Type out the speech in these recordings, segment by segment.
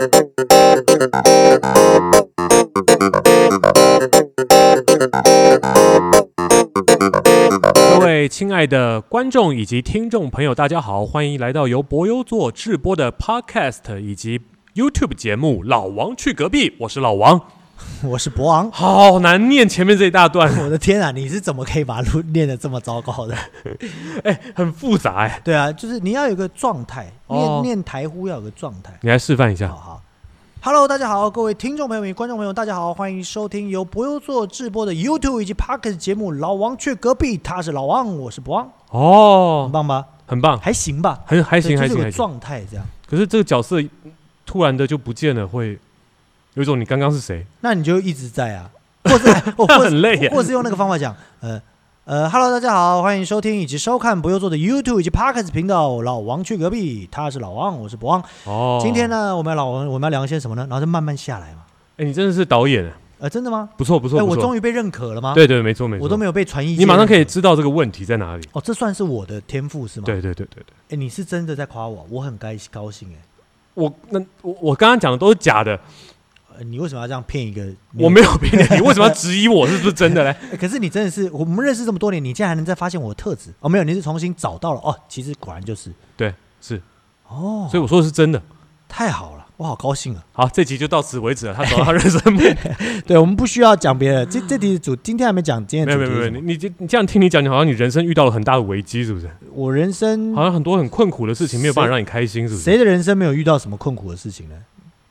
各位亲爱的观众以及听众朋友，大家好，欢迎来到由博优做制播的 Podcast 以及 YouTube 节目《老王去隔壁》，我是老王， 我是博昂。 好难念前面这一大段， 我的天啊，你是怎么可以把它念得这么糟糕的？ 很复杂对啊，就是你要有个状态，念台呼要有个状态。 你来示范一下。 好。Hello， 大家好，各位听众朋友们、观众朋友，大家好，欢迎收听由博优做制播的 YouTube 以及 Podcast 节目《老王去隔壁》，他是老王，我是博昂。很棒吧？ 很棒， 还行吧？ 还行， 就是有个状态这样。 可是这个角色突然的就不见了，会有一种你刚刚是谁？ 那你就一直在啊，或是很累耶， 或是用那个方法讲，Hello， 大家好，欢迎收听以及收看博优做的 YouTube 以及 Podcast 频道。老王去隔壁，他是老王，我是博王。今天呢，我们要聊一些什么呢？然后就慢慢下来嘛。 你真的是导演真的吗？ 不错。 我终于被认可了吗？ 对，没错。 我都没有被传意见， 你马上可以知道这个问题在哪里。 这算是我的天赋是吗？ 对。 你是真的在夸我，我很高兴我刚刚讲的都是假的。 你为什么要这样骗一个？ 我没有骗你，你为什么要质疑我是不是真的嘞？ 可是你真的是，我们认识这么多年，你竟然还能再发现我的特质？没有，你是重新找到了其实果然就是。 对，是。所以我说的是真的。 太好了，我好高兴啊！ 好，这集就到此为止了。他找到他人生目标。 对，我们不需要讲别的。这题今天还没讲，今天没有，你这样听你讲，你好像你人生遇到了很大的危机，是不是？ 我人生好像很多很困苦的事情没有办法让你开心，是不是？ 谁的人生没有遇到什么困苦的事情呢？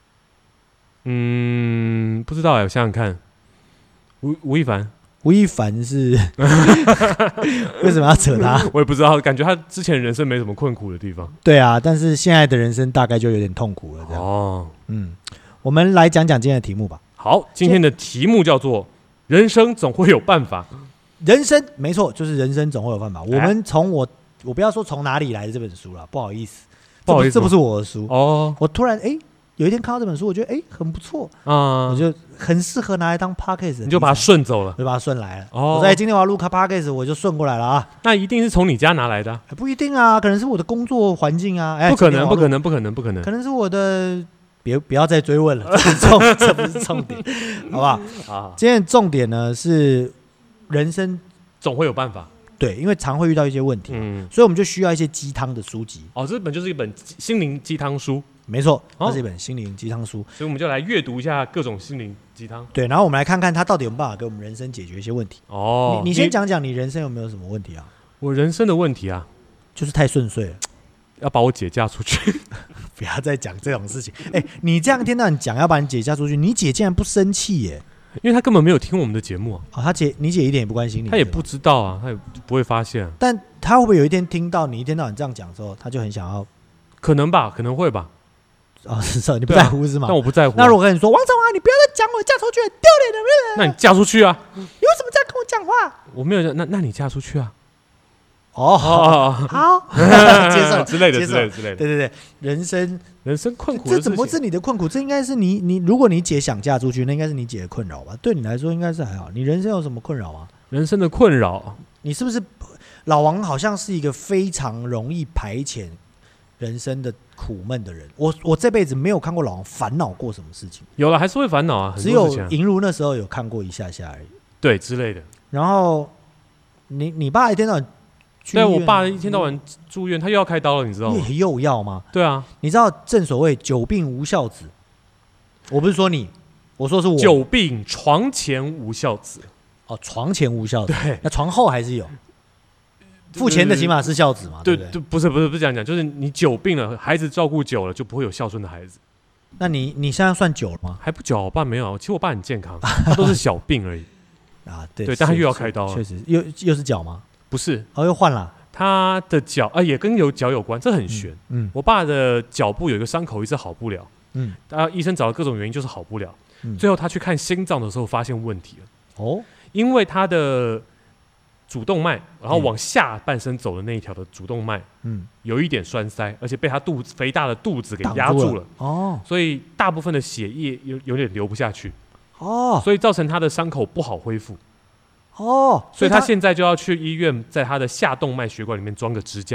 不知道我想想看。吴亦凡是为什么要扯他？ 我也不知道，感觉他之前人生没什么困苦的地方。 对啊，但是现在的人生大概就有点痛苦了。这样我们来讲讲今天的题目吧。 好，今天的题目叫做“人生总会有办法”。 人生没错，就是人生总会有办法。我们从我不要说从哪里来的这本书了，不好意思，这不是我的书我突然有一天看到这本书，我觉得很不错我就很适合拿来当 podcast， 你就把它顺走了， 我就把它顺来了。我在今天我要录 podcast， 我就顺过来了啊。 那一定是从你家拿来的不一定啊，可能是我的工作环境啊。 不可能， 可能是我的。不要再追问了，这不是重点，好不好？今天的重点呢是人生总会有办法。 对，因为常会遇到一些问题，所以我们就需要一些鸡汤的书籍。 这本就是一本心灵鸡汤书。 没错，它是一本心灵鸡汤书， 所以我们就来阅读一下各种心灵鸡汤。 对，然后我们来看看它到底有没有办法给我们人生解决一些问题。你先讲讲你人生有没有什么问题啊？ 我人生的问题啊， 就是太顺遂了， 要把我姐嫁出去。 不要再讲这种事情。你这样一天到晚讲要把你姐嫁出去，你姐竟然不生气耶？ 因为她根本没有听我们的节目你姐一点也不关心你， 她也不知道啊，她也不会发现。 但她会不会有一天听到你一天到晚这样讲的时候，她就很想要？ 可能吧，可能会吧。 是你不在乎是吗？ 但我不在乎。 那如果跟你说，王成华，你不要再讲我嫁出去了，丢脸的。 那你嫁出去啊？ 你为什么这样跟我讲话？ 我没有。那你嫁出去啊？ 好，接受之类的。 对，人生困苦， 这怎么是你的困苦？这应该是你，如果你姐想嫁出去，那应该是你姐的困扰吧？对你来说应该是还好。你人生有什么困扰吗？ 人生的困扰， 你是不是老王？好像是一个非常容易排遣人生的苦闷的人。我这辈子没有看过老王烦恼过什么事情。 有了还是会烦恼啊， 只有银如那时候有看过一下而已。 对之类的。 然后你爸一天到晚。 对，我爸一天到晚住院，他又要开刀了，你知道吗？ 又要吗？ 对啊， 你知道正所谓久病无孝子，我不是说你，我说是我。 久病床前无孝子。 床前无孝子， 对， 那床后还是有。付钱的起码是孝子嘛？对， 不是这样讲，就是你久病了，孩子照顾久了，就不会有孝顺的孩子。 那你现在算久了吗？ 还不久，我爸没有。其实我爸很健康，他都是小病而已。对，但他又要开刀了。 确实，又是脚吗？ 不是， 又换了。 他的脚也跟脚有关，这很悬。我爸的脚部有一个伤口，一直好不了。医生找了各种原因，就是好不了。最后他去看心脏的时候，发现问题了。因为他的主动脉，然后往下半身走的那一条的主动脉，有一点栓塞，而且被他肥大的肚子给压住了。所以大部分的血液有点流不下去。所以造成他的伤口不好恢复。所以他现在就要去医院，在他的下动脉血管里面装个支架。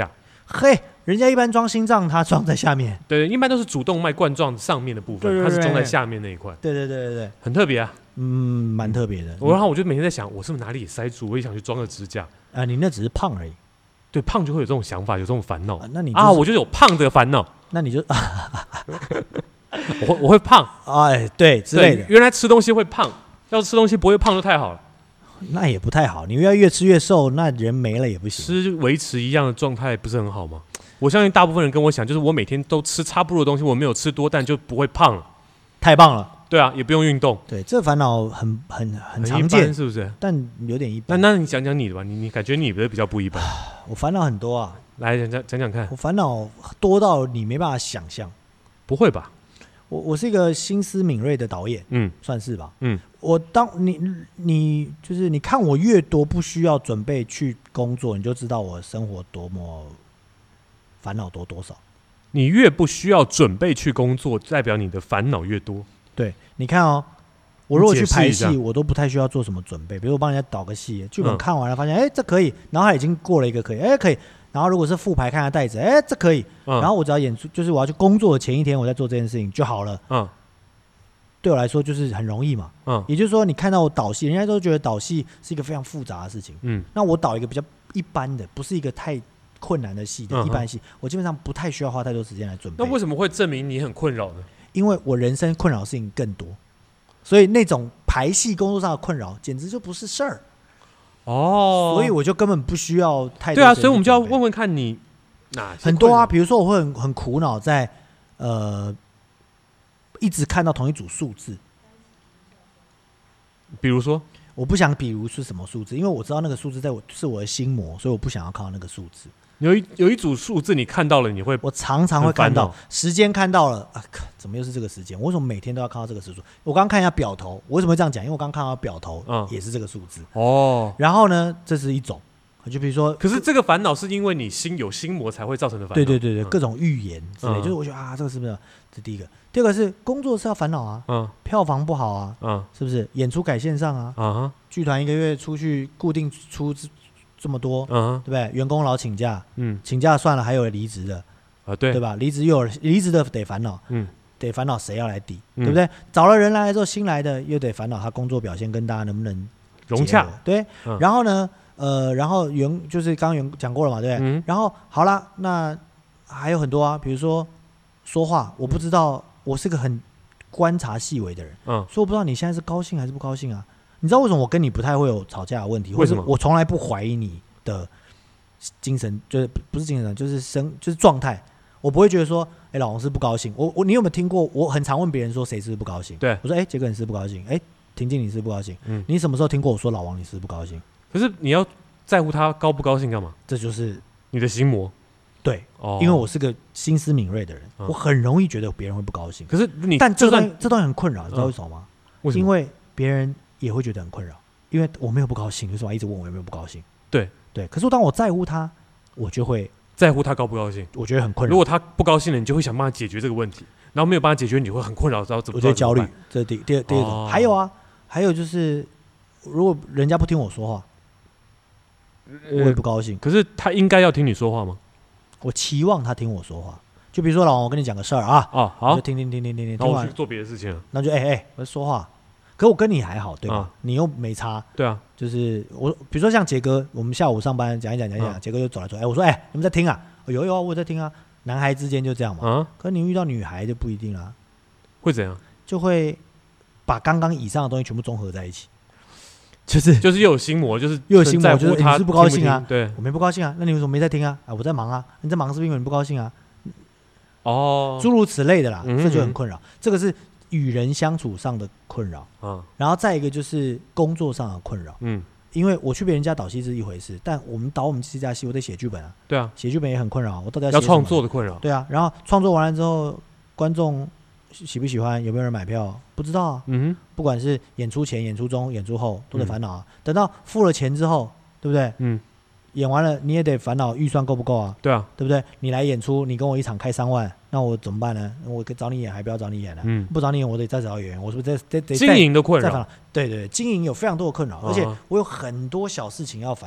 嘿，人家一般装心脏，他装在下面。 对，一般都是主动脉冠状上面的部分，它是装在下面那一块。 对， 很特别啊。 蛮特别的。 然后我就每天在想，我是不是哪里也塞住？我也想去装个支架。 你那只是胖而已。 对，胖就会有这种想法，有这种烦恼。 那你我就有胖的烦恼。 那你就我会胖。 对之类的。 原来吃东西会胖，要是吃东西不会胖就太好了。 那也不太好，你越吃越瘦，那人没了也不行。 吃维持一样的状态不是很好吗？我相信大部分人跟我想，就是我每天都吃差不多的东西，我没有吃多，但就不会胖了。 太棒了。 对啊，也不用运动。 对，这烦恼很常见， 是不是？ 但有点一般。 那你讲讲你的吧，你感觉你的比较不一般。 我烦恼很多啊， 来讲看。 我烦恼多到你没办法想象。 不会吧？ 我是一个心思敏锐的导演，算是吧，你就是你看我越多不需要准备去工作，你就知道我生活多么烦恼多少。 你越不需要准备去工作，代表你的烦恼越多。 对，你看哦，我如果去排戏，我都不太需要做什么准备，比如我帮人家导个戏，剧本看完了，发现这可以，然后他已经过了一个可以，可以。然后如果是复排看下袋子，这可以。然后我只要演出，就是我要去工作的前一天，我在做这件事情就好了。对我来说就是很容易嘛。也就是说，你看到我导戏，人家都觉得导戏是一个非常复杂的事情。那我导一个比较一般的，不是一个太困难的戏的一般戏，我基本上不太需要花太多时间来准备。 那为什么会证明你很困扰呢？ 因为我人生困扰的事情更多，所以那种排戏工作上的困扰简直就不是事儿。所以我就根本不需要太多。 对啊，所以我们就要问问看你哪些很多啊，比如说我会很苦恼在一直看到同一组数字。 比如说， 我不想比如是什么数字，因为我知道那个数字是我的心魔，所以我不想要看到那个数字。 有一组数字你看到了，我常常会看到时间，看到了怎么又是这个时间？我为什么每天都要看到这个时数？我刚看一下表头，我为什么会这样讲？因为我刚看到表头也是这个数字。然后呢，这是一种，就比如说， 可是这个烦恼是因为你有心魔才会造成的烦恼。 对，各种预言之类，就是我觉得这个是不是？这第一个，第二个是工作是要烦恼啊，票房不好啊，是不是？演出改线上啊，剧团一个月出去固定出这么多，对不对？员工老请假，请假算了，还有离职的，对吧？离职的得烦恼，得烦恼谁要来抵，对不对？找了人来之后，新来的又得烦恼他工作表现跟大家能不能融洽， 对。然后呢，然后就是刚刚讲过了嘛，对不对？然后好了，那还有很多啊，比如说说话，我不知道，我是个很观察细微的人，所以我不知道你现在是高兴还是不高兴啊。你知道为什么我跟你不太会有吵架的问题？ 为什么？ 我从来不怀疑你的精神，就是不是精神，就是状态。我不会觉得说，老王是不高兴。你有没有听过？我很常问别人说谁是不高兴？ 对， 我说，杰哥你是不高兴？婷婷你是不高兴？你什么时候听过我说老王你是不高兴？ 可是你要在乎他高不高兴干嘛？ 这就是你的心魔。 对，因为我是个心思敏锐的人，我很容易觉得别人会不高兴。 可是但这东西很困扰，你知道为什么吗？ 为什么？ 因为别人也会觉得很困扰，因为我没有不高兴，为什么一直问我有没有不高兴？ 对， 可是当我在乎他，我就会在乎他高不高兴， 我觉得很困扰。 如果他不高兴了，你就会想办法解决这个问题，然后没有办法解决，你会很困扰，然后我就焦虑。这是第二种。还有就是，如果人家不听我说话，我也不高兴。 可是他应该要听你说话吗？ 我期望他听我说话。就比如说老王，我跟你讲个事儿啊， 好， 就听， 然后我去做别的事情了， 那就我说话。可我跟你还好，对吧？你又没差， 对啊。 就是我，比如说像杰哥，我们下午上班讲一讲，杰哥就走来说，我说，你们在听啊？有啊，我在听啊。男孩之间就这样嘛。可你遇到女孩就不一定啦。 会怎样？ 就会把刚刚以上的东西全部综合在一起，就是又有心魔，就是又有心魔，就是你是不高兴啊？ 对， 我没不高兴啊。那你为什么没在听啊？我在忙啊。你在忙是不是因为你不高兴啊？诸如此类的啦，这就很困扰。这个是与人相处上的困扰，然后再一个就是工作上的困扰，因为我去别人家导戏是一回事，但我们导我们自己家戏，我得写剧本啊， 对啊， 写剧本也很困扰，我到底要创作的困扰， 对啊，然后创作完了之后，观众喜不喜欢，有没有人买票，不知道啊，不管是演出前、演出中、演出后，都得烦恼啊。等到付了钱之后，对不对？演完了你也得烦恼预算够不够啊？ 对啊， 对不对？你来演出，你跟我一场开3万，那我怎么办呢？我找你演还不要找你演呢？不找你演，我得再找演员，我是不是得经营的困扰？ 对，经营有非常多的困扰，而且我有很多小事情要烦恼。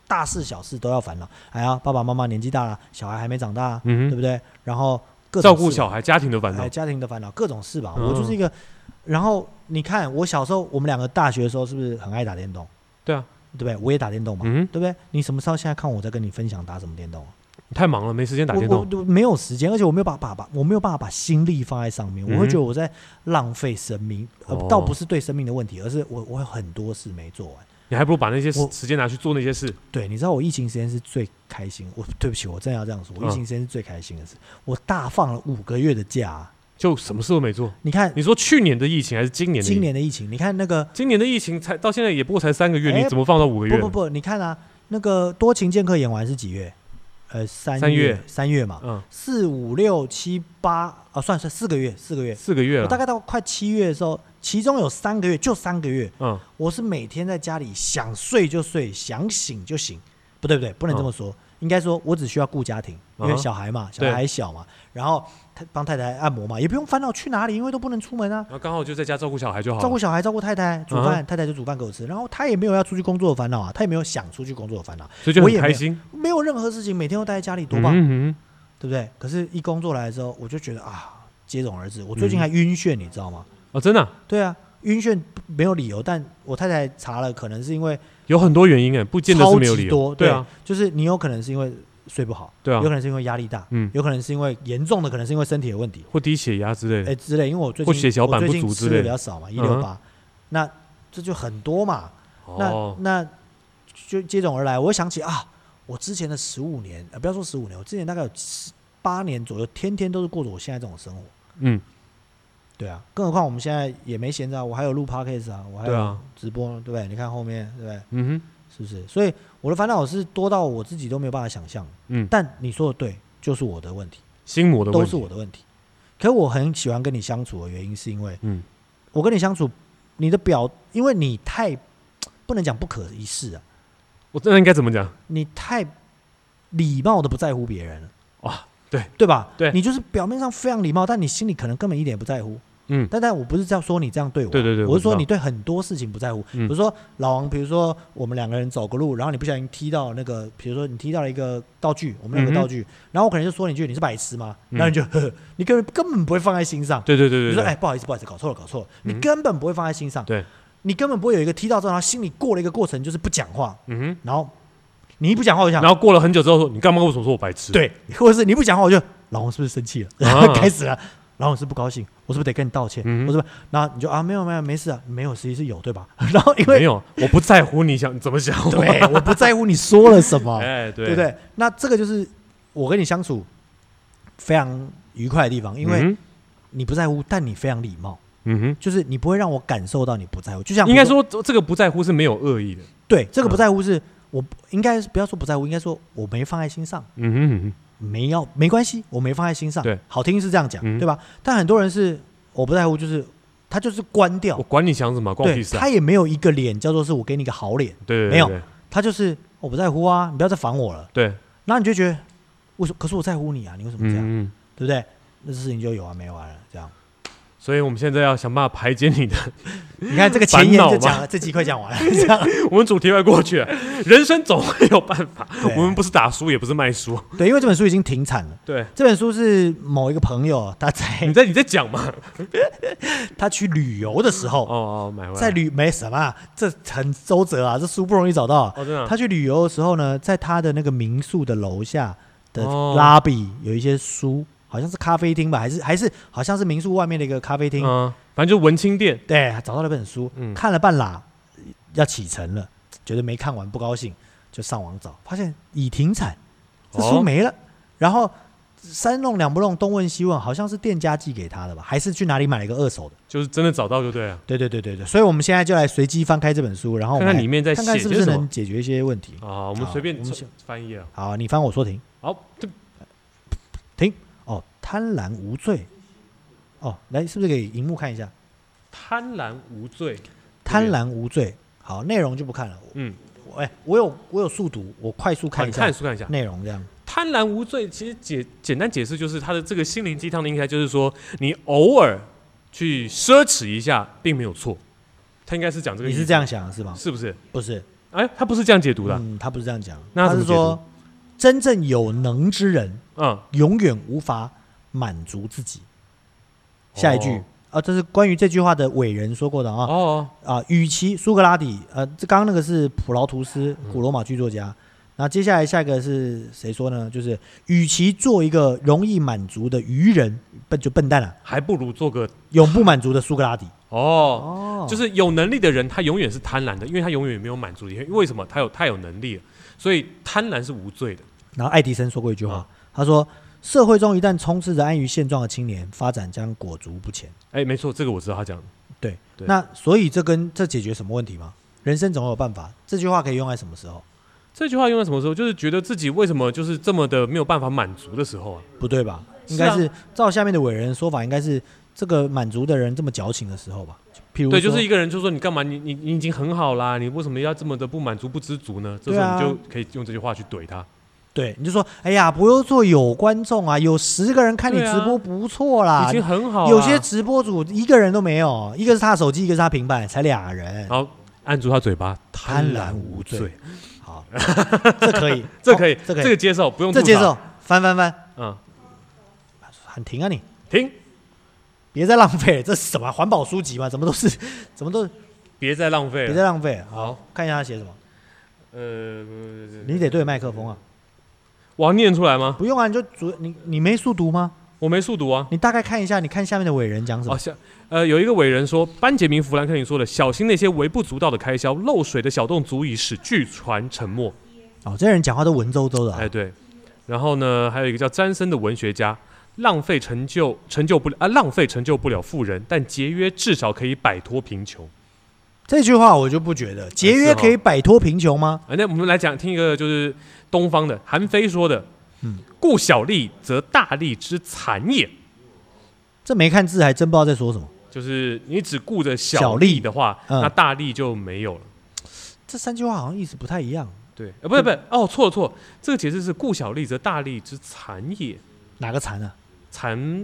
大事小事都要烦恼。哎呀，爸爸妈妈年纪大了，小孩还没长大，对不对？然后各种照顾小孩，家庭的烦恼， 家庭的烦恼，各种事吧。我就是一个，然后你看我小时候，我们2个大学的时候是不是很爱打电动？ 对啊， 对不对？我也打电动嘛，对不对？你什么时候现在看我在跟你分享打什么电动？ 你太忙了，没时间打电动。 我没有时间，而且我没有办法把心力放在上面，我会觉得我在浪费生命。倒不是对生命的问题，而是我有很多事没做完。 你还不如把那些时间拿去做那些事。 对，你知道我疫情时间是最开心。对不起，我真的要这样说，我疫情时间是最开心的事。我大放了5个月的假， 就什么事都没做。 你看， 你说去年的疫情还是今年的？ 今年的疫情，你看那个今年的疫情才到现在也不过才3个月，你怎么放到5个月？ 不，你看啊，那个多情剑客演完是几月？3月嘛，4、5、6、7、8算4个月，4个月了。我大概到快7月的时候，其中有3个月，就3个月，我是每天在家里想睡就睡，想醒就醒。不对，不能这么说，应该说我只需要顾家庭，因为小孩嘛，小孩还小嘛，然后帮太太按摩嘛，也不用烦恼去哪里，因为都不能出门啊。 然后刚好就在家照顾小孩就好了， 照顾小孩，照顾太太，煮饭，太太就煮饭给我吃。然后他也没有要出去工作的烦恼啊，他也没有想出去工作的烦恼， 所以就很开心。 没有任何事情，每天都待在家里，多棒，对不对？可是，一工作来的时候，我就觉得接踵而至。我最近还晕眩，你知道吗？ 真的？ 对啊，晕眩没有理由，但我太太查了，可能是因为有很多原因不见得是没有理由。 多，对啊，就是你有可能是因为睡不好， 对啊， 有可能是因为压力大，有可能是因为严重的，可能是因为身体的问题， 或低血压之类的， 因为我最近或血小板不足之类的比较少嘛，168，那这就很多嘛，那就接踵而来。我想起我之前的15年，不要说15年，我之前大概有8年左右，天天都是过着我现在这种生活。对啊，更何况我们现在也没闲着，我还有录 podcast 我还有直播，对不对？你看后面，对不对？是不是？所以我的烦恼是多到我自己都没有办法想象。但你说的对，就是我的问题， 心魔的问题， 都是我的问题。可是我很喜欢跟你相处的原因，是因为我跟你相处，你的因为你太不能讲不可一世啊。 我真的应该怎么讲？ 你太礼貌的不在乎别人了。 对吧？ 对， 你就是表面上非常礼貌，但你心里可能根本一点也不在乎。但我不是这样说你这样对我， 对， 我是说你对很多事情不在乎。比如说老王，比如说我们2个人走个路，然后你不小心踢到那个，比如说你踢到了一个道具，我们2个道具，然后我可能就说你一句你是白痴吗？然后你就你根本不会放在心上。 对， 你说不好意思，搞错了，你根本不会放在心上。 对， 你根本不会有一个踢到之后，然后心里过了一个过程，就是不讲话。然后你一不讲话，我就想， 然后过了很久之后说你干嘛为什么说我白痴？ 对，或者是你不讲话，我就老王是不是生气了？开始了。然后我是不高兴，我是不是得跟你道歉？我是不是？然后你就没有没事啊，没有，实际是有对吧？然后因为没有，我不在乎你想怎么想， 对，我不在乎你说了什么， 对不对？那这个就是我跟你相处非常愉快的地方，因为你不在乎，但你非常礼貌，就是你不会让我感受到你不在乎，就像应该说这个不在乎是没有恶意的， 对，这个不在乎是我应该不要说不在乎，应该说我没放在心上，没关系，我没放在心上。 对， 好听是这样讲，对吧？但很多人是我不在乎，就是他就是关掉， 我管你想什么，关我屁事。 他也没有一个脸叫做是我给你个好脸， 对， 没有，他就是我不在乎啊，你不要再烦我了。 对， 然后你就觉得为什么？可是我在乎你啊，你为什么这样？对不对？那事情就有完没完了，这样。 所以我们现在要想办法排解你的， 你看这个前言就讲了，这集快讲完了。这样， 我们主题快过去了，人生总会有办法。我们不是打书，也不是卖书。 对，因为这本书已经停产了。 对， 这本书是某一个朋友他你在讲嘛？ 他去旅游的时候， 买回来在没什么，这很周折啊，这书不容易找到。 真的。 他去旅游的时候呢，在他的那个民宿的楼下的拉比有一些书。好像是咖啡厅吧，还是好像是民宿外面的一个咖啡厅， 反正就文青店。 对，找到了本书，看了半拉，要启程了，觉得没看完不高兴，就上网找，发现已停产，这书没了。然后3弄2不弄，东问西问，好像是店家寄给他的吧，还是去哪里买了一个2手的？ 就是真的找到就对了。 对，所以我们现在就来随机翻开这本书，然后看看里面在写看看是不是能解决一些问题啊。我们随便翻一页。 好，你翻我说停。 好， 停。贪婪无罪，来，是不是给荧幕看一下？ 贪婪无罪， 贪婪无罪。好，内容就不看了。我有速读，我快速看一下， 看一下内容这样。 贪婪无罪，其实简单解释就是它的这个心灵鸡汤的应该就是说，你偶尔去奢侈一下，并没有错。他应该是讲这个意思。 你是这样想的是吗？ 是不是？ 不是， 哎，他不是这样解读的。 他不是这样讲， 那他是说，真正有能之人，永远无法满足自己。下一句这是关于这句话的伟人说过的与其苏格拉底，这刚刚那个是普劳图斯，古罗马剧作家。那接下来下一个是谁说呢？就是与其做一个容易满足的愚人，笨蛋还不如做个永不满足的苏格拉底。 就是有能力的人，他永远是贪婪的，因为他永远没有满足力。为什么？他有能力了，所以贪婪是无罪的。然后爱迪生说过一句话，他说：“社会中一旦充斥着安于现状的青年，发展将裹足不前。” 没错，这个我知道他讲的。 对，那所以这解决什么问题吗？人生总有办法。这句话可以用在什么时候？ 这句话用在什么时候？就是觉得自己为什么就是这么的没有办法满足的时候啊？ 不对吧？应该是照下面的伟人的说法，应该是这个满足的人这么矫情的时候吧？譬如对， 就是一个人就说你干嘛？你已经很好啦，你为什么要这么的不满足、不知足呢？这时候你就可以用这句话去怼他。 对，你就说，哎呀，不用做有观众啊，有10个人看你直播不错啦， 已经很好。 有些直播主1个人都没有，一个是他手机，一个是他平板，才2人。 然后按住他嘴巴，贪婪无罪。 好，这可以， 这可以，这个接受，不用吐槽。 这接受，翻，喊停啊你， 停， 别再浪费了，这是什么环保书籍吗？怎么都是， 别再浪费了， 别再浪费了。好，看一下他写什么。你得对麦克风啊。 我要念出来吗？ 不用啊，你没速读吗？ 我没速读啊。 你大概看一下，你看下面的伟人讲什么。 有一个伟人说，班杰明·富兰克林说的：“小心那些微不足道的开销，漏水的小洞足以使巨船沉没。” 这人讲话都文绉绉的。 对。然后呢，还有一个叫詹森的文学家，浪费成就不了富人，但节约至少可以摆脱贫穷。 这句话我就不觉得，节约可以摆脱贫穷吗？ 那我们来听一个，就是东方的韩非说的：“顾小利，则大利之残也。” 这没看字还真不知道在说什么。 就是你只顾着小利的话，那大利就没有了。 这3句话好像意思不太一样。 对，不是，错了，这个解释是顾小利则大利之残也。 哪个残啊？ 残。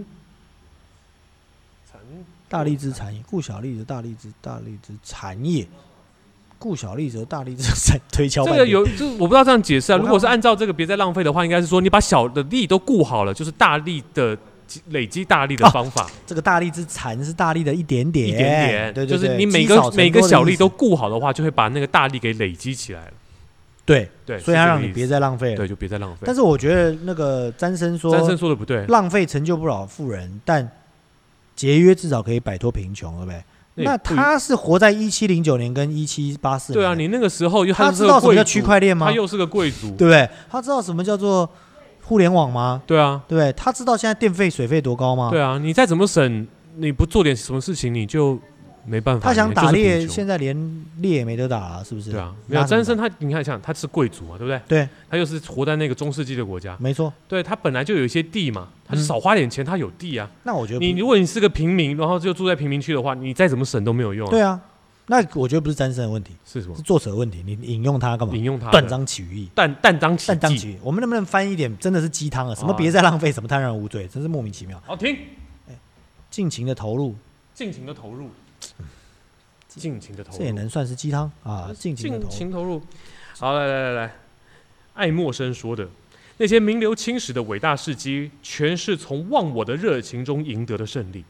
大利之残也，顾小利则大利之残也，顾小利则大利之残。推敲半天。 就是我不知道这样解释啊。如果是按照这个别再浪费的话，应该是说你把小的利都顾好了，就是大利的累积大利的方法。 这个大利之残是大利的一点点，对， 就是你每个小利都顾好的话，就会把那个大利给累积起来了。 对，所以他让你别再浪费了。 对，就别再浪费。 但是我觉得那个詹森说的不对， 浪费成就不了富人，但节约至少可以摆脱贫穷，对不对？那他是活在1709年跟1784年。 对啊，你那个时候他知道什么叫区块链吗？ 他又是个贵族， 对不对？他知道什么叫做互联网吗？ 对啊， 对不对？他知道现在电费、水费多高吗？ 对啊，你再怎么省，你不做点什么事情，你就没办法。 他想打猎，现在连猎也没得打了，是不是？ 对啊，没有詹森你看像他是贵族嘛，对不对？ 对， 他又是活在那个中世纪的国家， 没错。 对，他本来就有一些地嘛，他就少花点钱，他有地啊。 那我觉得如果你是个平民，然后就住在贫民区的话，你再怎么省都没有用。 对啊，那我觉得不是詹森的问题， 是什么？ 是作者的问题。你引用他干嘛？ 引用他断章取义， 断章取义。 我们能不能翻一点真的是鸡汤啊？什么别再浪费，什么贪婪无罪，真是莫名其妙。 好，停。 尽情的投入， 尽情的投入。 这也能算是鸡汤啊！尽情投入。好，来，爱默生说的那些名留青史的伟大事迹，全是从忘我的热情中赢得的胜利。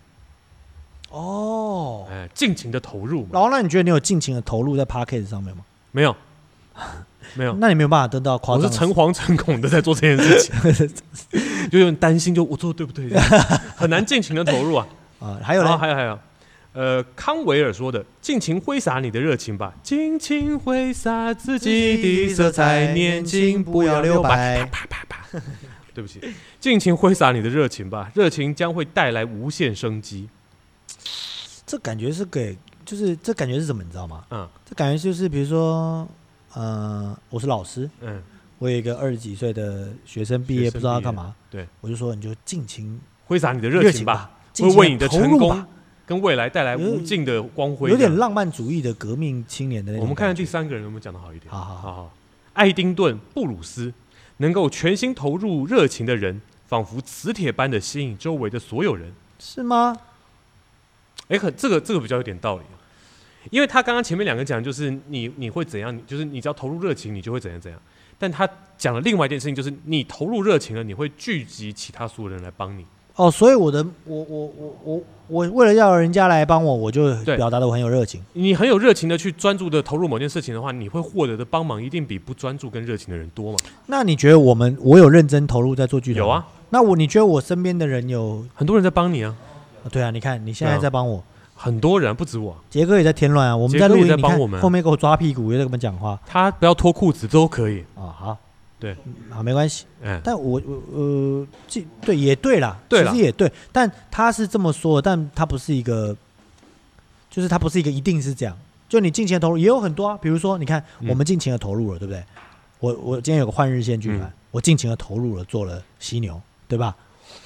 尽情的投入。 然后，那你觉得你有尽情的投入在 Podcast 上面吗？ 没有。 那你没有办法得到夸张。 我是诚惶诚恐的在做这件事情，就有点担心，就我做的对不对？很难尽情的投入啊。 还有。 康维尔说的：“尽情挥洒你的热情吧，尽情挥洒自己的色彩，年轻不要留白。”啪。对不起，尽情挥洒你的热情吧，热情将会带来无限生机。 这感觉是这感觉是什么？你知道吗？这感觉就是比如说，我是老师，我有一个20几岁的学生毕业，不知道要干嘛， 对， 我就说你就尽情挥洒你的热情吧，会为你的成功跟未来带来无尽的光辉， 有点浪漫主义的革命青年的那种。 我们看看第3个人有没有讲得好一点。 好。 爱丁顿·布鲁斯，能够全心投入热情的人，仿佛磁铁般的吸引周围的所有人。 是吗？ 这个比较有点道理。 因为他刚刚前面2个讲就是你会怎样，就是你只要投入热情，你就会怎样怎样。但他讲了另外一件事情，就是你投入热情了，你会聚集其他所有人来帮你。 哦，所以我为了要人家来帮我，我就表达的我很有热情。 你很有热情的去专注的投入某件事情的话，你会获得的帮忙一定比不专注跟热情的人多嘛？ 那你觉得我有认真投入在做剧团？ 有啊。 那你觉得我身边的人有很多人在帮你啊？ 对啊，你看你现在在帮我， 很多人不止我。 杰哥也在添乱啊，我们在录音，你看后面给我抓屁股，又在跟我们讲话。 他不要脱裤子都可以啊。好。 对， 好，没关系。但对，也对啦，其实也对。但他是这么说，但他不是一个，就是他不是一个一定是这样。就你尽情的投入也有很多啊，比如说你看，我们尽情的投入了，对不对？我今天有个换日线剧团，我尽情的投入了，做了犀牛，对吧？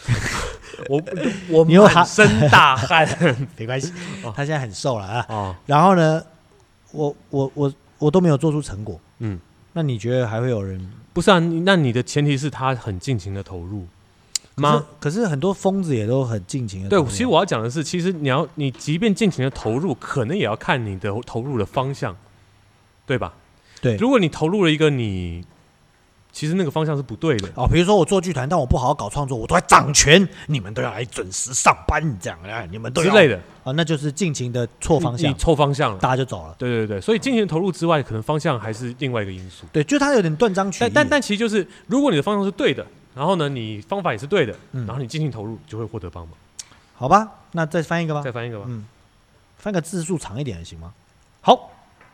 我满身大汗， 没关系，他现在很瘦了啊。然后呢，我都没有做出成果。那你觉得还会有人？ 不是啊，那你的前提是他很尽情的投入吗？ 可是很多疯子也都很尽情的投入。 对，其实我要讲的是，其实你即便尽情的投入，可能也要看你的投入的方向，对吧？ 对， 如果你投入了一个其实那个方向是不对的比如说我做剧团，但我不好好搞创作，我都在掌权，你们都要来准时上班，这样你们都要之类的那就是尽情的错方向， 你错方向了， 大家就走了。 对，所以尽情投入之外，可能方向还是另外一个因素。 对，就它有点断章取义。 但其实就是，如果你的方向是对的，然后呢，你方法也是对的，然后你尽情投入，就会获得帮忙。 好吧，那再翻一个吧。 再翻一个吧。 翻个字数长一点的行吗？好。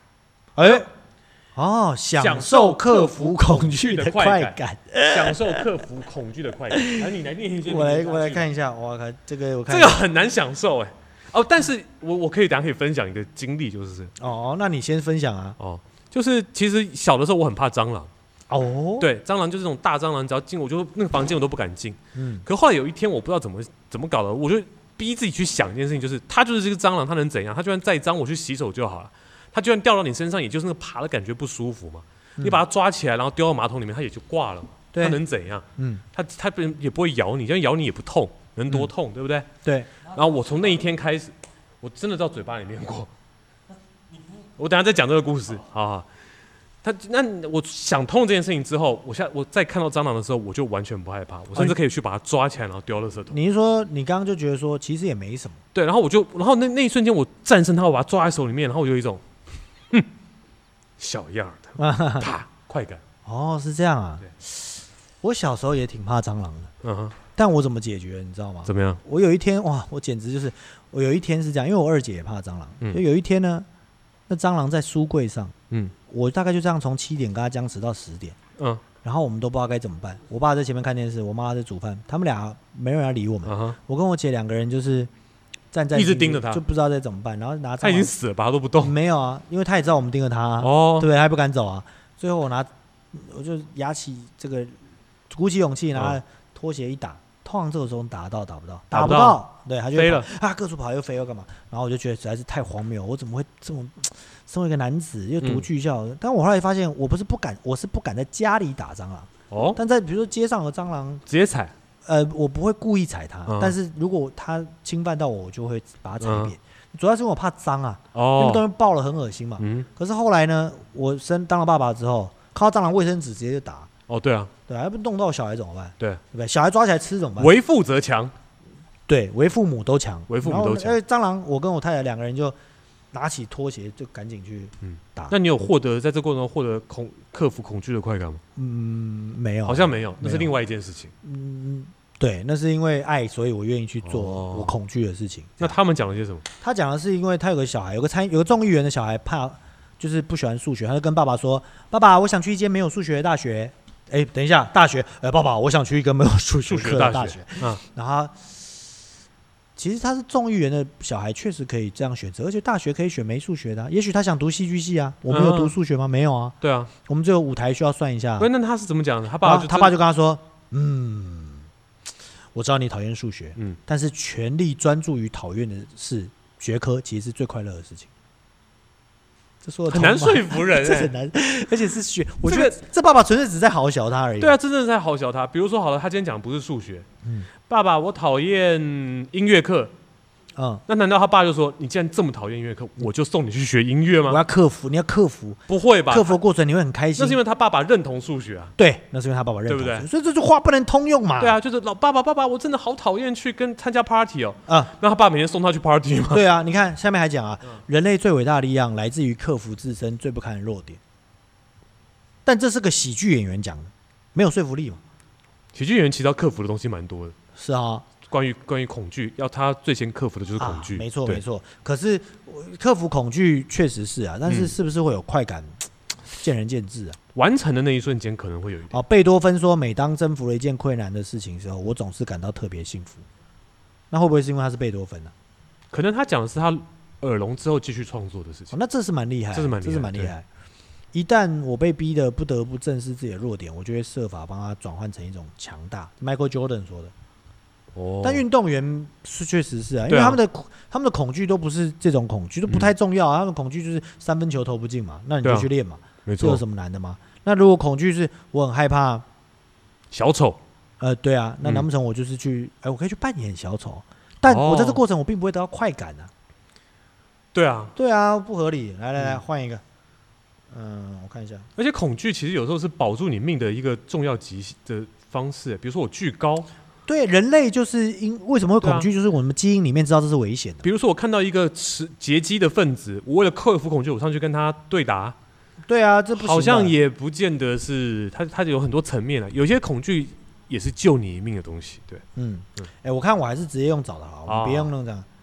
享受克服恐惧的快感， 享受克服恐惧的快感。你来念一些。 我来看一下，哇，这个很难享受但是我可以等下可以分享一个经历，就是那你先分享啊。 就是其实小的时候我很怕蟑螂。对，蟑螂就是这种大蟑螂，只要进我就那个房间我都不敢进。可后来有一天我不知道怎么搞的，我就逼自己去想一件事情，就是它就是这个蟑螂，它能怎样？它就算再脏，我去洗手就好了。它就算掉到你身上，也就是那个爬的感觉不舒服嘛。你把它抓起来，然后丢到马桶里面，它也就挂了。它能怎样？它也不会咬你，就算咬你也不痛，能多痛，对不对？ 对。 然后我从那一天开始，我真的到嘴巴里面过。我等一下再讲这个故事，好。那我想通这件事情之后，我再看到蟑螂的时候，我就完全不害怕，我甚至可以去把它抓起来，然后丢到垃圾桶。 你是说你刚刚就觉得说其实也没什么？ 对，然后那一瞬间我战胜它，我把它抓在手里面，然后我有一种。小样的，啪，快感。 是这样啊。对，我小时候也挺怕蟑螂的。但我怎么解决？你知道吗？ 怎么样？ 我有一天，我简直就是，我有一天是这样，因为我二姐也怕蟑螂。就有一天呢，那蟑螂在书柜上。我大概就这样从7点跟他僵持到10点。然后我们都不知道该怎么办。我爸在前面看电视，我妈在煮饭，他们俩没人要理我们。我跟我姐2个人就是。站在一直盯着他， 就不知道该怎么办，然后拿他已经死了吧，他都不动。 没有啊，因为他也知道我们盯着他，对不对？他还不敢走啊。最后我就压起这个，鼓起勇气，拿拖鞋一打，通常这个时候打不到，对，他就飞了各处跑又飞又干嘛？然后我就觉得实在是太荒谬，我怎么会这么身为一个男子又读剧校？但我后来发现，我是不敢在家里打蟑螂，但在比如说街上有蟑螂， 直接踩。 我不会故意踩它，但是如果它侵犯到我就会把它踩扁。主要是因为我怕脏啊，因为东西爆了很恶心嘛。可是后来呢，我当了爸爸之后，看到蟑螂卫生纸直接就打。 对啊， 还不弄到小孩怎么办？ 对不对？小孩抓起来吃怎么办？ 为父则强， 对，为父母都强， 为父母都强。 蟑螂，我跟我太太2个人就拿起拖鞋就赶紧去打。 那你有在这过程中获得克服恐惧的快感吗？ 没有， 好像没有，那是另外一件事情。 对，那是因为爱，所以我愿意去做我恐惧的事情。 那他们讲了些什么？ 他讲的是因为他有个小孩，有个众议员的小孩怕，就是不喜欢数学，他就跟爸爸说：“爸爸，我想去一间没有数学的大学。”等一下，大学？爸爸，我想去一个没有数学课的大学。然后其实他是众议员的小孩，确实可以这样选择，而且大学可以选没数学的。也许他想读戏剧系啊，我们有读数学吗？没有啊。 对啊， 我们只有舞台需要算一下。 那他是怎么讲的？他爸就跟他说：“我知道你讨厌数学，但是全力专注于讨厌的是学科，其实是最快乐的事情。”这说很难说服人， 这很难，而且是学。我觉得这爸爸纯粹只在好小他而已。 对啊，真的在好小他。比如说好了，他今天讲的不是数学，爸爸，我讨厌音乐课。 那难道他爸就说你既然这么讨厌音乐课，我就送你去学音乐吗？ 我要克服，你要克服。 不会吧？ 克服过程你会很开心。 那是因为他爸爸认同数学啊。 对，那是因为他爸爸认同，对不对？所以这句话不能通用嘛。 对啊，就是爸爸，我真的好讨厌去参加 party 哦。那他爸每天送他去 party 吗？ 对啊，你看下面还讲啊，人类最伟大的力量来自于克服自身最不堪的弱点。但这是个喜剧演员讲的，没有说服力嘛。 喜剧演员其实要克服的东西蛮多的。 是啊。关于恐惧，要他最先克服的就是恐惧。 没错没错。可是克服恐惧确实是啊，但是是不是会有快感，见仁见智啊。 完成的那一瞬间可能会有一点。 贝多芬说，每当征服了一件困难的事情的时候，我总是感到特别幸福。那会不会是因为他是贝多芬呢？ 可能他讲的是他耳聋之后继续创作的事情。 那这是蛮厉害，这是蛮厉害。一旦我被逼得不得不正视自己的弱点，我就会设法帮他转换成一种强大。Michael Jordan 说的。但运动员是确实是啊，因为他们的恐惧都不是这种恐惧，都不太重要啊。他们恐惧就是3分球投不进嘛，那你就去练嘛，没错，这有什么难的吗？那如果恐惧是我很害怕小丑， 对啊，那难不成我就是去，我可以去扮演小丑，但我在这过程我并不会得到快感啊。 对啊， 对啊，不合理。来换一个，我看一下。 而且恐惧其实有时候是保住你命的一个重要的方式，比如说我惧高。 对，人类就是为什么会恐惧，就是我们基因里面知道这是危险的。 比如说我看到一个劫机的分子，我为了克服恐惧，我上去跟他对打。 对啊，这不行。 好像也不见得是它有很多层面了，有些恐惧也是救你一命的东西。对， 我看我还是直接用找的好，我们别用那种。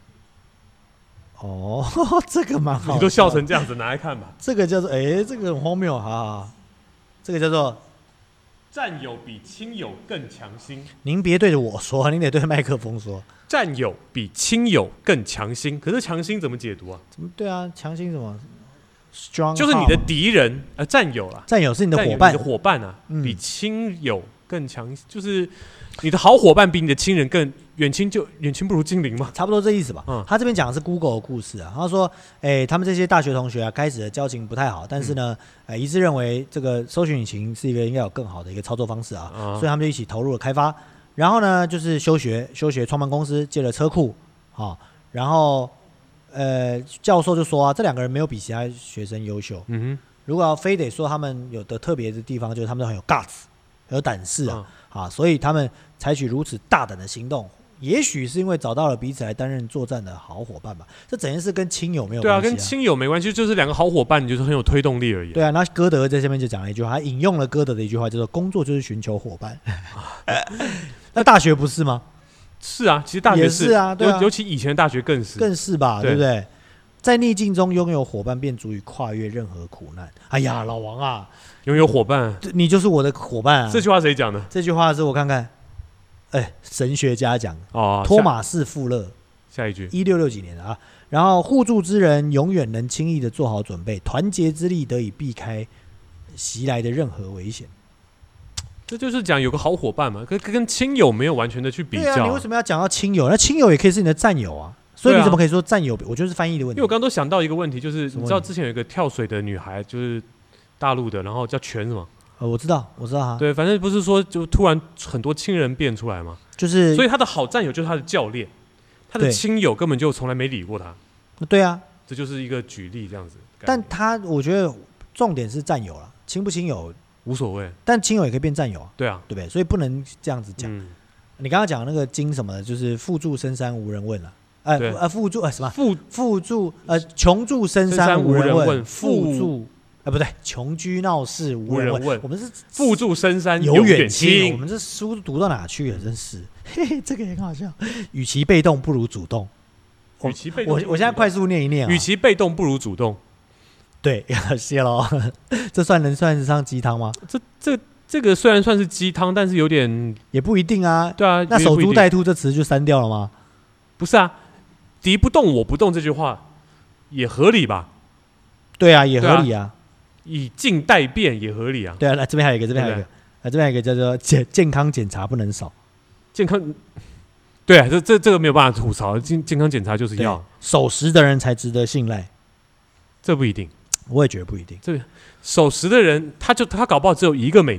这个蛮好。 你都笑成这样子，拿来看吧。 这个叫做这个很荒谬哈，这个叫做。 战友比亲友更强心。 您别对着我说，您得对麦克风说。 战友比亲友更强心，可是强心怎么解读啊？ 怎么对啊？强心什么 ？strong 就是你的敌人，战友啦。 战友是你的伙伴， 你的伙伴啊，比亲友更强，就是你的好伙伴比你的亲人更远亲不如近邻嘛， 差不多这意思吧。他这边讲的是 Google 的故事啊，他说，他们这些大学同学啊，开始的交情不太好，但是呢，一致认为这个搜寻引擎是一个应该有更好的一个操作方式啊，所以他们就一起投入了开发。然后呢，就是休学，创办公司，借了车库，然后教授就说啊，这2个人没有比其他学生优秀。如果要非得说他们有的特别的地方，就是他们都很有 guts， 很有胆识啊，所以他们采取如此大胆的行动。也许是因为找到了彼此来担任作战的好伙伴吧。这整件事跟亲友没有关系。 对啊，跟亲友没关系，就是2个好伙伴，你就是很有推动力而已。 对啊，那歌德在下面就讲了一句话，他引用了歌德的一句话，叫做“工作就是寻求伙伴”。那大学不是吗？ 是啊，其实大学是啊，对啊， 尤其以前的大学更是吧，对不对？在逆境中拥有伙伴，便足以跨越任何苦难。哎呀，老王啊， 拥有伙伴， 你就是我的伙伴啊！ 这句话谁讲的？ 这句话是我看看。神学家讲托马斯·富勒。 下一句 ，1660几年的啊。然后互助之人永远能轻易的做好准备，团结之力得以避开袭来的任何危险。 这就是讲有个好伙伴嘛，跟亲友没有完全的去比较。 对啊，你为什么要讲到亲友？那亲友也可以是你的战友啊。所以你怎么可以说战友？我觉得是翻译的问题。 因为我刚刚都想到一个问题，就是你知道之前有一个跳水的女孩，就是大陆的，然后叫全什么？ 我知道哈。 对，反正不是说就突然很多亲人变出来吗？ 就是， 所以他的好战友就是他的教练，他的亲友根本就从来没理过他。 对啊， 这就是一个举例这样子。 但我觉得重点是战友啦，亲不亲友无所谓， 但亲友也可以变战友啊。 对啊， 对不对？所以不能这样子讲。你刚刚讲那个经什么的，就是富住深山无人问了。富住什么？富住穷住深山无人问，富住。不对，穷居闹市无人问。我们是富住深山有远亲。 我们这书读到哪去了？真是，嘿嘿，这个也很好笑。与其被动，不如主动。我现在快速念一念啊。 与其被动，不如主动。 对，谢喽。这能算得上鸡汤吗？ 这个虽然算是鸡汤，但是有点也不一定啊。 对啊， 那守株待兔这词就删掉了吗？ 不是啊，敌不动我不动这句话也合理吧？ 对啊，也合理啊。 以静待变也合理啊。 对啊，来这边还有一个，这边还有一个叫做健康检查不能少。 健康，对啊，这个没有办法吐槽。健康检查就是要守时的人才值得信赖。 这不一定， 我也觉得不一定。 这守时的人，他搞不好只有一个美德，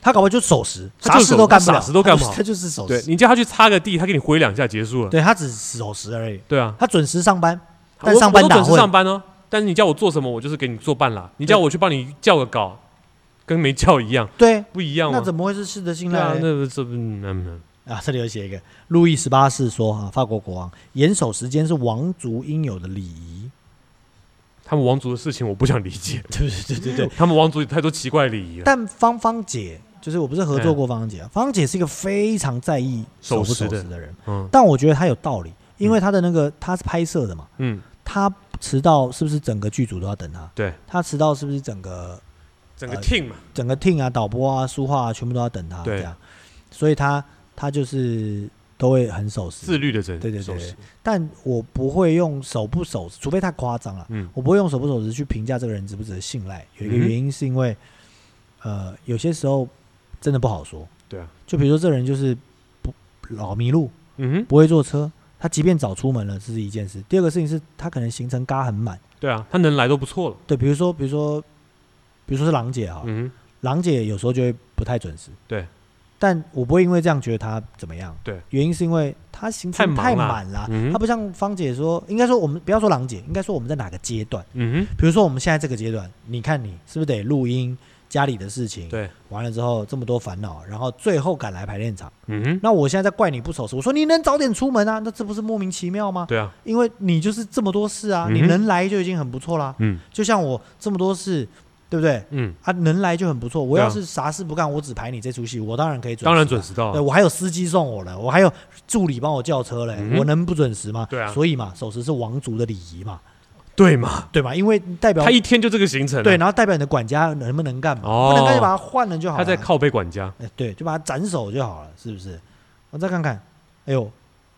他搞不好就守时，啥事都干不了， 啥事都干不好， 他就是守时。 对，你叫他去擦个地，他给你挥2下结束了。 对，他只守时而已。 对啊， 他准时上班，但上班我准时上班哦。但是你叫我做什么，我就是给你做半啦。你叫我去帮你校个稿，跟没叫一样。 对， 不一样吗？ 那怎么会是适得信赖？ 啊， 这里有写一个，路易18世说法国国王严守时间是王族应有的礼仪。 他们王族的事情我不想理解。 对， 他们王族有太多奇怪的礼仪了。 但芳姐就是我不是合作过芳姐，芳姐是一个非常在意守不守时的人。但我觉得她有道理，因为她的那个她是拍摄的嘛，她迟到是不是整个剧组都要等她？ 对， 她迟到是不是整个 team 嘛， 整个 team 啊，导播啊，书画啊，全部都要等她这样，所以她就是都会很守时， 自律的人。 对，但我不会用守不守时，除非太夸张了。我不会用守不守时去评价这个人值不值得信赖。有一个原因是因为，有些时候真的不好说。 对啊， 就比如说这个人就是老迷路，不会坐车，他即便早出门了，这是一件事。第二个事情是他可能行程嘎很满。 对啊，他能来都不错了。 对，比如说是郎姐啊，郎姐有时候就会不太准时。 对。 但我不会因为这样觉得他怎么样， 对， 原因是因为他行程太满了，他不像芳姐说，应该说我们不要说郎姐，应该说我们在哪个阶段，比如说我们现在这个阶段，你看你是不是得录音家里的事情， 对， 完了之后这么多烦恼，然后最后赶来排练场，那我现在在怪你不守时，我说你能早点出门啊，那这不是莫名其妙吗？ 对啊， 因为你就是这么多事啊，你能来就已经很不错啦，就像我这么多事。对不对？能来就很不错。我要是啥事不干，我只排你这出戏，我当然可以准时。 当然准时到。 对，我还有司机送我了，我还有助理帮我叫车嘞，我能不准时吗？ 对啊。 所以嘛，守时是王族的礼仪嘛。 对嘛？ 对嘛？因为代表他一天就这个行程。 对，然后代表你的管家能不能干嘛？不能干就把他换了就好了。 他在靠背管家。 对，就把他斩首就好了，是不是？我再看看，哎呦，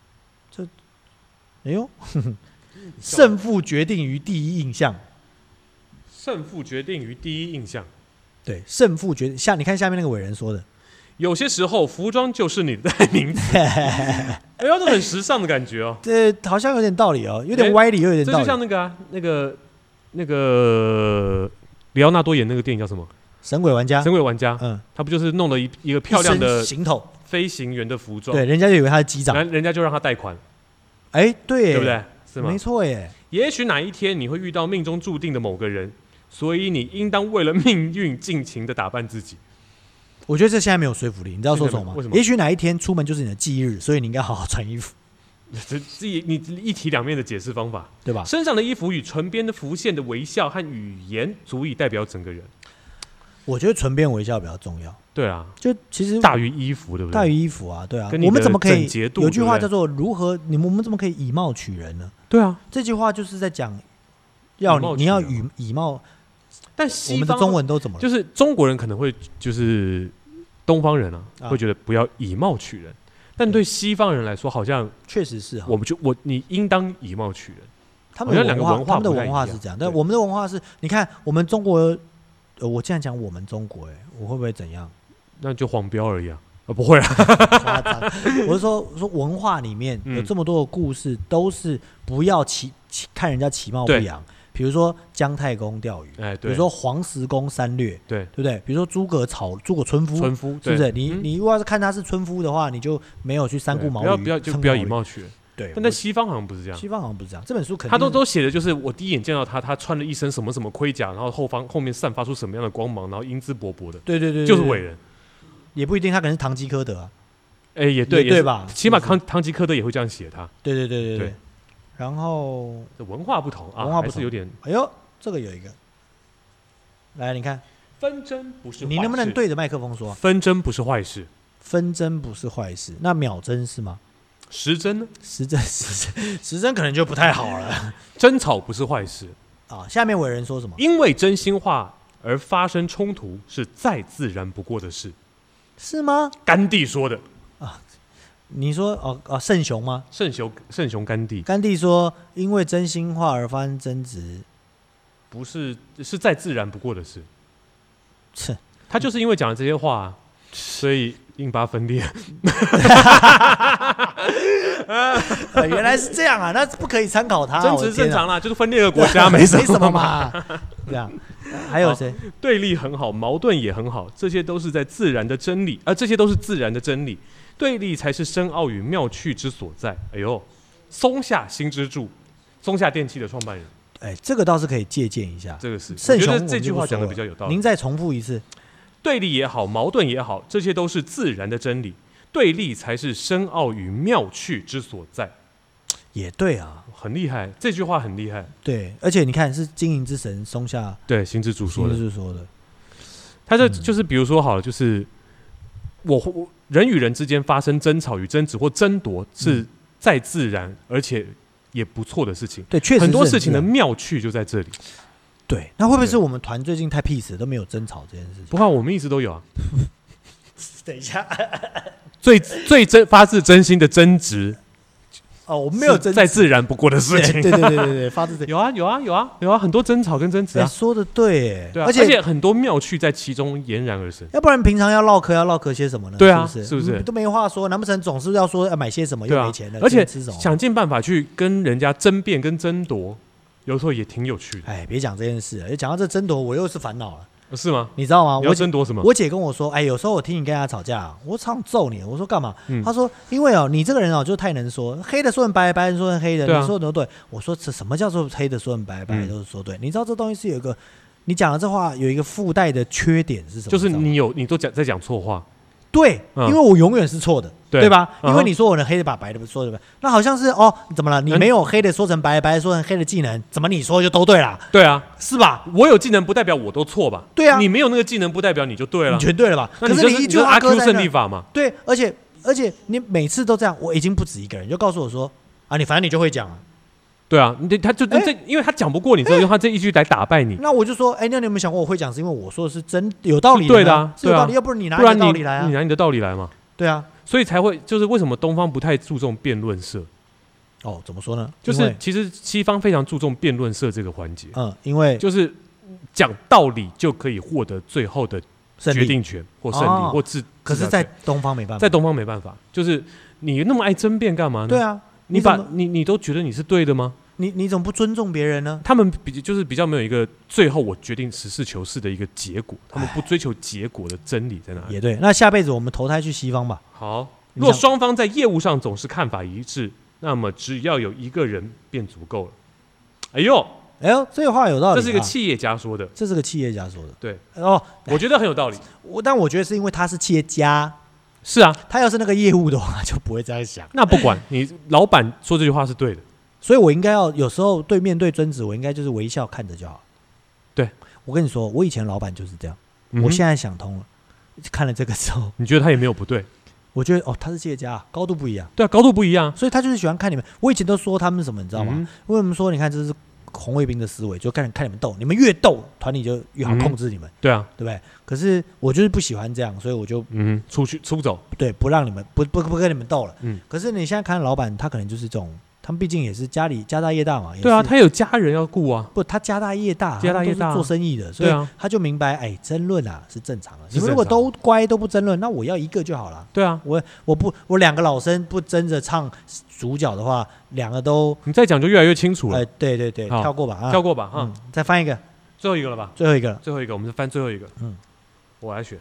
胜负决定于第一印象。 胜负决定于第一印象。 对，胜负决定你看下面那个伟人说的， 有些时候服装就是你的代名词。哎呦，这很时尚的感觉哦。 这好像有点道理哦，有点歪理又有点道理。 这就像那个里奥纳多演那个电影叫什么？ 神鬼玩家。 神鬼玩家，他不就是弄了一个漂亮的行头飞行员的服装？ 对，人家就以为他是机长， 人家就让他贷款。 哎，对不对？是吗？ 没错耶。 也许哪一天你会遇到命中注定的某个人。所以你应当为了命运尽情的打扮自己。 我觉得这现在没有说服力，你知道说什么吗？ 为什么？ 也许哪一天出门就是你的忌日，所以你应该好好穿衣服。 你一体两面的解释方法， 对吧？ 身上的衣服与唇边的浮现的微笑和语言，足以代表整个人。 我觉得唇边微笑比较重要。 对啊， 就其实大于衣服，对不对？ 大于衣服啊，对啊。我们怎么可以有句话叫做“如何”？我们怎么可以以貌取人呢？ 对啊， 这句话就是在讲你要以貌。 但西方我们的中文都怎么了？ 就是中国人可能会就是东方人会觉得不要以貌取人，但对西方人来说，好像确实是你应当以貌取人。 他们的文化是这样，但我们的文化是，你看我们中国，我这样讲我们中国，我会不会怎样？ 那就黄标而已啊！不会啊， 夸张。我是说文化里面有这么多的故事，都是不要看人家其貌不扬。比如说姜太公钓鱼，比如说黄石公三略，对不对？比如说诸葛村夫，是不是？你如果要是看他是村夫的话，你就没有去三顾茅庐，不要以貌取人。 对， 但在西方好像不是这样。 西方好像不是这样。这本书他都写的就是我第一眼见到他穿了一身什么什么盔甲，然后后面散发出什么样的光芒，然后英姿勃勃的。 对， 就是伟人。 也不一定，他可能是堂吉诃德啊。 也对， 对吧？ 起码堂吉诃德也会这样写他。 对。然后文化不同啊，还是有点。 哎呦，这个有一个，来你看， 纷争不是坏事。 你能不能对着麦克风说？ 纷争不是坏事。 纷争不是坏事，那秒针是吗？ 时针呢？ 时针可能就不太好了。 争吵不是坏事啊。下面伟人说什么？ 因为真心话而发生冲突是再自然不过的事， 是吗？ 甘地说的啊。你说圣雄吗？ 圣雄甘地。 甘地说，因为真心话而发生争执， 是再自然不过的事。他就是因为讲了这些话，所以印巴分裂。 原来是这样啊，那不可以参考他。 争执正常啦，就是分裂的国家没什么嘛。这样， 还有谁？ 对立很好，矛盾也很好，这些都是自然的真理，这些都是自然的真理。对立才是深奥与妙趣之所在。哎呦，松下新之助，松下电器的创办人。 哎，这个倒是可以借鉴一下。 这个是， 圣雄， 我觉得这句话讲的比较有道理。 您再重复一次。 对立也好，矛盾也好，这些都是自然的真理。对立才是深奥与妙趣之所在。 也对啊， 很厉害，这句话很厉害。 对，而且你看，是经营之神松下对新之助说的。他这就是比如说好了，就是我人与人之间发生争吵与争执或争夺是再自然而且也不错的事情。 对，确实很多事情的妙趣就在这里。 对，那会不会是我们团最近太 peace 都没有争吵这件事情？ 不过我们一直都有啊。 等一下， 最发自真心的争执。 我们没有再自然不过的事情。 对，发自有啊，很多争吵跟争执啊。 说的对， 而且很多妙趣在其中俨然而生。 要不然平常要唠嗑些什么呢？ 对啊， 是不是都没话说？难不成总是要说要买些什么又没钱了？ 而且想尽办法去跟人家争辩跟争夺，有时候也挺有趣的。 哎，别讲这件事了，讲到这争夺，我又是烦恼了。 是吗？ 你知道吗？ 你要争夺什么？ 我姐跟我说，哎，有时候我听你跟她吵架，我常揍你。我说干嘛？她说因为你这个人就太能说，黑的说成白，白的说成黑的，你说的都对。我说这什么叫做黑的说成白，白的都是说对？你知道这东西是有一个，你讲的这话有一个附带的缺点是什么？ 就是你都在讲错话。 对，因为我永远是错的，对吧？因为你说我的黑的把白的说的，那好像是怎么了？你没有黑的说成白，白的说成黑的技能，怎么你说就都对了？ 对啊， 是吧？ 我有技能不代表我都错吧？ 对啊， 你没有那个技能不代表你就对了， 你全对了吧？ 可是你一句话阿 Q 胜利法嘛？ 对，而且你每次都这样，我已经不止一个人就告诉我说你反正你就会讲啊。 对啊，他就因为他讲不过你，之后用他这一句来打败你。 那我就说，那你有没有想过我会讲是因为我说的是真有道理的？ 对的啊， 是有道理，要不然你拿你的道理来啊？ 你拿你的道理来嘛？ 对啊， 所以才会就是为什么东方不太注重辩论社？ 怎么说呢？ 就是其实西方非常注重辩论社这个环节。 因为就是讲道理就可以获得最后的决定权或胜利或可是，在东方没办法， 在东方没办法，就是你那么爱争辩干嘛呢？ 对啊， 你都觉得你是对的吗？ 你怎么不尊重别人呢？ 他们就是比较没有一个最后我决定实事求是的一个结果，他们不追求结果的真理在哪里？ 也对，那下辈子我们投胎去西方吧。 好，若双方在业务上总是看法一致，那么只要有一个人便足够了。哎呦， 这个话有道理。 这是一个企业家说的。 这是个企业家说的。 对，我觉得很有道理。 但我觉得是因为他是企业家。 是啊， 他要是那个业务的话，就不会这样想。 那不管你老板说这句话是对的。 所以我应该有时候面对争执，我应该就是微笑看着就好。 对， 我跟你说，我以前老板就是这样。我现在想通了，看了这个之后， 你觉得他也没有不对？ 我觉得他是企业家，高度不一样。 对啊，高度不一样， 所以他就是喜欢看你们。我以前都说他们什么，你知道吗？为什么说你看这是红卫兵的思维，就看你们斗，你们越斗，团里就越好控制你们。 对啊， 对不对？可是我就是不喜欢这样，所以我就出走。 对，不让你们不跟你们斗了。可是你现在看老板，他可能就是这种。他们毕竟也是家大业大嘛， 对啊，他有家人要顾啊。 不，他家大业大，做生意的，所以他就明白，争论是正常的。你们如果都乖都不争论，那我要一个就好了。 对啊， 我两个老生不争着唱主角的话，两个都你再讲就越来越清楚了。 对，跳过吧， 跳过吧， 再翻一个， 最后一个了吧？ 最后一个， 我们翻最后一个。我来选。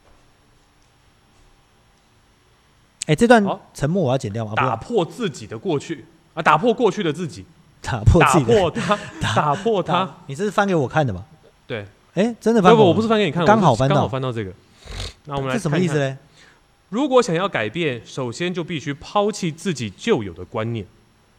这段沉默我要剪掉吗？ 打破自己的过去。打破过去的自己， 打破他。 你这是翻给我看的吗？ 对， 真的翻给我？ 我不是翻给你看， 刚好翻到这个。那我们来看看， 这什么意思呢？ 如果想要改变，首先就必须抛弃自己旧有的观念。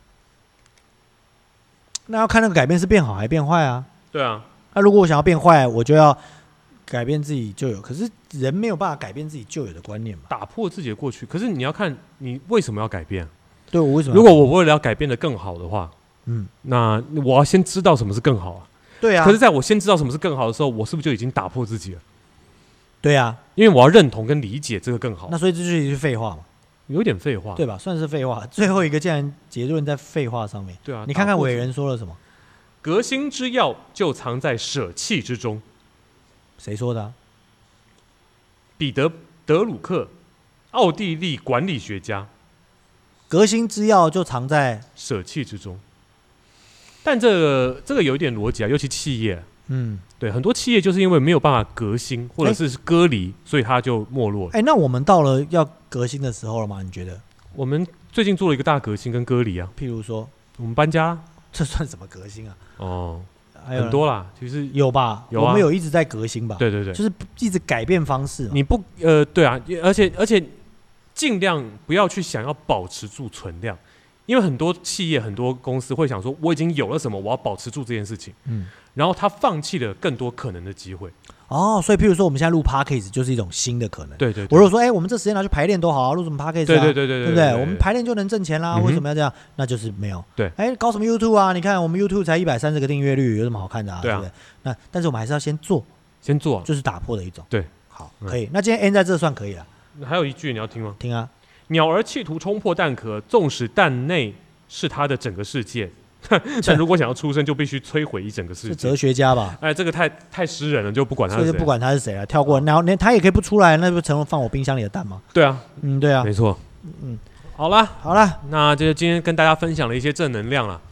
那要看那个改变是变好还是变坏啊？ 对啊。 那如果我想要变坏，我就要改变自己旧有。可是人没有办法改变自己旧有的观念嘛？ 打破自己的过去，可是你要看你为什么要改变。 对，我为什么？ 如果我为了要改变得更好的话，那我要先知道什么是更好啊。 对啊。 可是在我先知道什么是更好的时候，我是不是就已经打破自己了？ 对啊， 因为我要认同跟理解这个更好。 那所以这就是一句废话嘛？ 有点废话， 对吧？算是废话。最后一个竟然结论在废话上面。 对啊。 你看看伟人说了什么？ 革新之要就藏在舍弃之中。 谁说的？ 彼得·德鲁克，奥地利管理学家。 革新之要就藏在舍弃之中，但这个有一点逻辑啊，尤其企业， 对，很多企业就是因为没有办法革新或者是割离，所以它就没落了。 那我们到了要革新的时候了吗？你觉得？ 我们最近做了一个大革新跟割离啊， 譬如说我们搬家， 这算什么革新啊？ 很多啦，其实有吧？ 有啊， 我们有一直在革新吧？ 对对对， 就是一直改变方式。 你不对啊，而且尽量不要去想要保持住存量，因为很多企业、很多公司会想说，我已经有了什么，我要保持住这件事情，然后他放弃了更多可能的机会。 所以譬如说我们现在录 Podcast 就是一种新的可能。 对对， 我如果说我们这时间拿去排练多好啊，录什么 Podcast 啊？对不对？我们排练就能挣钱啦，为什么要这样？那就是没有。 对， 搞什么 YouTube 啊？你看我们 YouTube 才130个订阅率，有什么好看的啊？对不对？那但是我们还是要先做，就是打破的一种。 对， 好，可以。那今天 end 在这算可以了。 还有一句你要听吗？ 听啊。 鸟儿企图冲破蛋壳，纵使蛋内是它的整个世界。但如果想要出生，就必须摧毁一整个世界。是哲学家吧？ 这个太诗人了，就不管他是谁， 就不管他是谁了，跳过。然后他也可以不出来，那不成了放我冰箱里的蛋吗？ 对啊， 对啊， 没错。好了，那就今天跟大家分享了一些正能量了。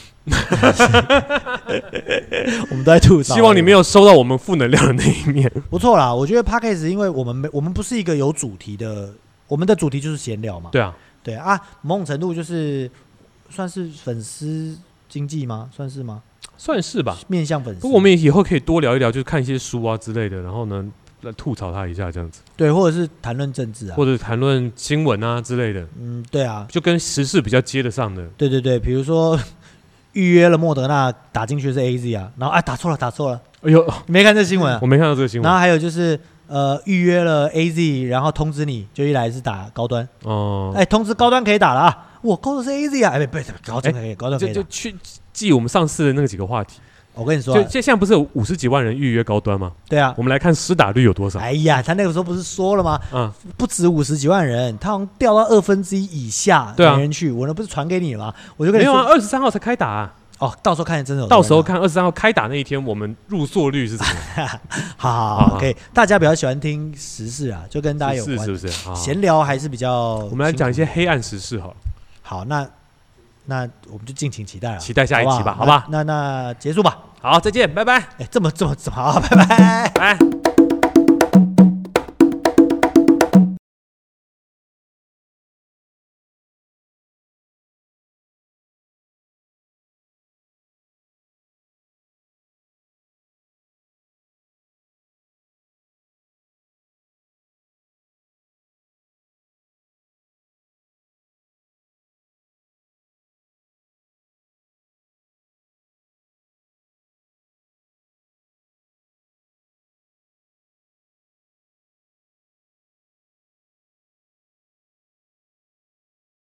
我们都在吐槽， 希望你没有收到我们负能量的那一面。 不错啦，我觉得 Podcast 因为我们不是一个有主题的，我们的主题就是闲聊嘛。对啊，某种程度就是算是粉丝经济吗？算是吗？ 算是吧， 面向粉丝。 不过我们以后可以多聊一聊，就是看一些书啊之类的，然后呢来吐槽他一下这样子。 对，或者是谈论政治啊， 或者谈论新闻啊之类的。 对啊， 就跟时事比较接得上的。 对对对，比如说预约了莫德纳，打进去是 AZ 啊，然后打错了。哎呦，你没看这新闻啊？ 我没看到这个新闻。 然后还有就是预约了 AZ， 然后通知你就一来是打高端通知高端可以打了啊。我勾的是 AZ 啊，不，高端可以，高端可以。 就去记我们上次的那个几个话题。 我跟你说， 现在不是有50几万人预约高端吗？ 对啊， 我们来看施打率有多少。 哎呀，他那个时候不是说了吗？不止50几万人，他好像掉到1/2以下，没人去。我那不是传给你了吗？我就跟你说， 没有啊，23号才开打啊。 到时候看真的有。 到时候看23号开打那一天，我们入座率是怎么样？ 好，可以。大家比较喜欢听时事啊，就跟大家有关， 是不是？ 闲聊还是比较。 我们来讲一些黑暗时事好了。 好，那我们就敬请期待了， 期待下一期吧，好吧？ 那结束吧。 好，再见，拜拜。 这么好，拜拜。